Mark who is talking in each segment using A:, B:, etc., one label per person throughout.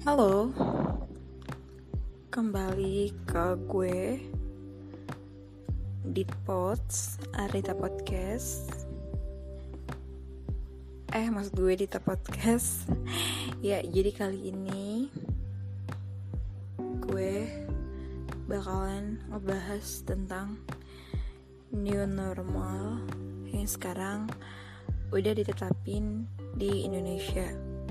A: Halo, kembali ke gue di Arita Podcast. Maksud gue Dita Podcast. Ya, jadi kali ini gue bakalan ngebahas tentang new normal yang sekarang udah ditetapin di Indonesia.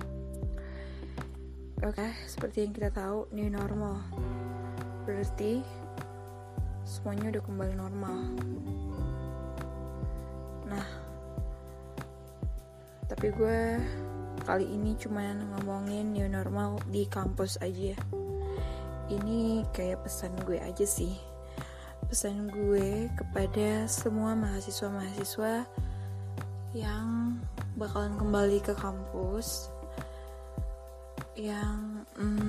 A: Oke, seperti yang kita tahu, new normal berarti semuanya udah kembali normal. Nah, tapi gue kali ini cuma ngomongin new normal di kampus aja. Ini kayak pesan gue aja sih. Pesan gue kepada semua mahasiswa-mahasiswa yang bakalan kembali ke kampus, yang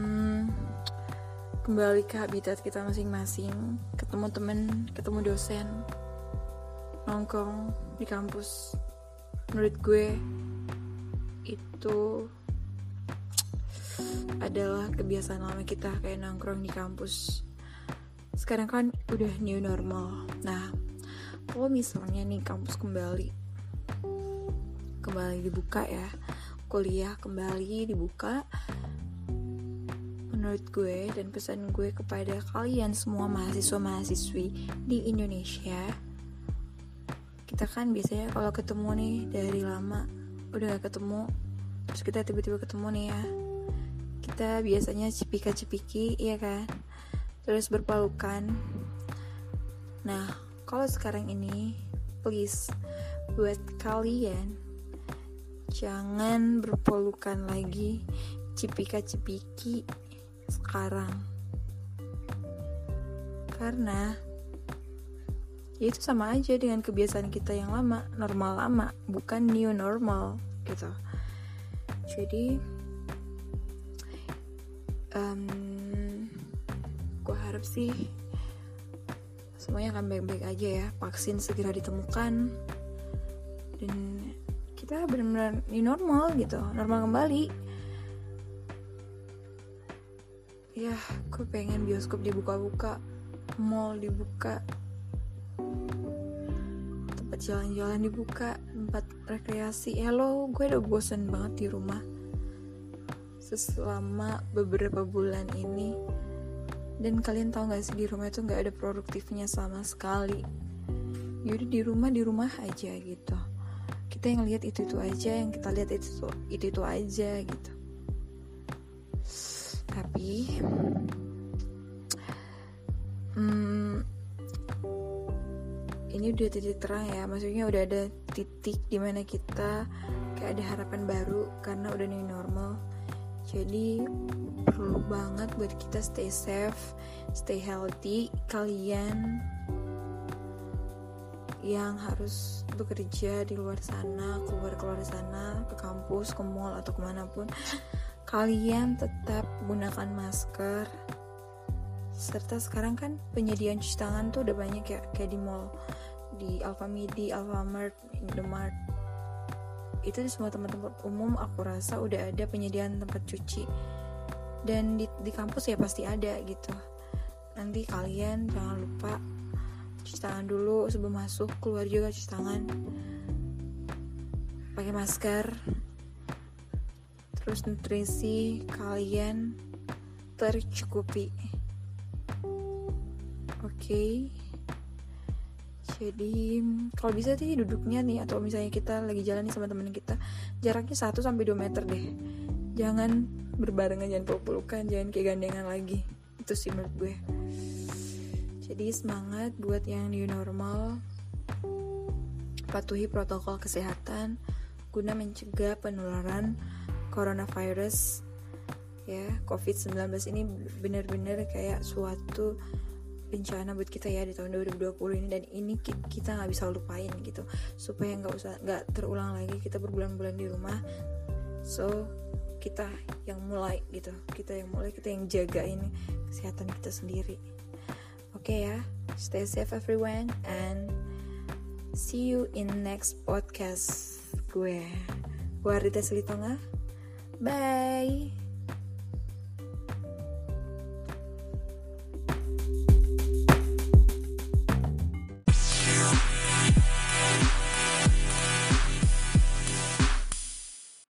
A: kembali ke habitat kita masing-masing, ketemu temen, ketemu dosen, nongkrong di kampus. Menurut gue itu adalah kebiasaan lama kita, kayak nongkrong di kampus. Sekarang kan udah new normal. Nah, kalau misalnya nih kampus kembali dibuka ya, kuliah kembali dibuka, menurut gue dan pesan gue kepada kalian semua mahasiswa-mahasiswi di Indonesia, kita kan biasanya kalau ketemu nih dari lama udah gak ketemu, terus kita tiba-tiba ketemu nih ya, kita biasanya cepika-cepiki, iya kan, terus berpelukan. Nah, kalau sekarang ini please, buat kalian jangan berpelukan lagi, cipika-cipiki sekarang, karena ya itu sama aja dengan kebiasaan kita yang lama, normal lama, bukan new normal gitu. Jadi gue harap sih semuanya akan baik-baik aja ya, vaksin segera ditemukan dan kita benar-benar new normal gitu, normal kembali. Ya, gue pengen bioskop dibuka-buka, mall dibuka, tempat jalan-jalan dibuka, tempat rekreasi. Hello, gue udah bosan banget di rumah selama beberapa bulan ini. Dan kalian tahu gak sih, di rumah itu gak ada produktifnya sama sekali. Yaudah di rumah aja gitu. Kita yang lihat itu aja, yang kita lihat itu aja gitu. Tapi ini udah titik terang ya, maksudnya udah ada titik dimana kita kayak ada harapan baru karena udah new normal. Jadi perlu banget buat kita stay safe, stay healthy. Kalian yang harus bekerja di luar sana, keluar sana, ke kampus, ke mall atau kemanapun, kalian tetap gunakan masker. Serta sekarang kan penyediaan cuci tangan tuh udah banyak ya, kayak di mall, di Alfamidi, Alfamart, Indomart. Itu di semua tempat-tempat umum aku rasa udah ada penyediaan tempat cuci. Dan di kampus ya pasti ada gitu. Nanti kalian jangan lupa cuci tangan dulu sebelum masuk, keluar juga cuci tangan, pakai masker. Terus nutrisi kalian tercukupi. Oke. Jadi kalau bisa sih duduknya nih, atau misalnya kita lagi jalan nih sama temen kita, jaraknya 1-2 meter deh. Jangan berbarengan, jangan peluk-pelukan, jangan kayak gandengan lagi. Itu sih menurut gue. Jadi semangat buat yang new normal. Patuhi protokol kesehatan guna mencegah penularan coronavirus ya. COVID-19 ini benar-benar kayak suatu bencana buat kita ya di tahun 2020 ini, dan ini kita nggak bisa lupain gitu, supaya nggak terulang lagi kita berbulan-bulan di rumah. So kita yang mulai gitu, kita yang jaga ini kesehatan kita sendiri. Oke ya, stay safe everyone and see you in next podcast gue Arita Selitonga. Bye.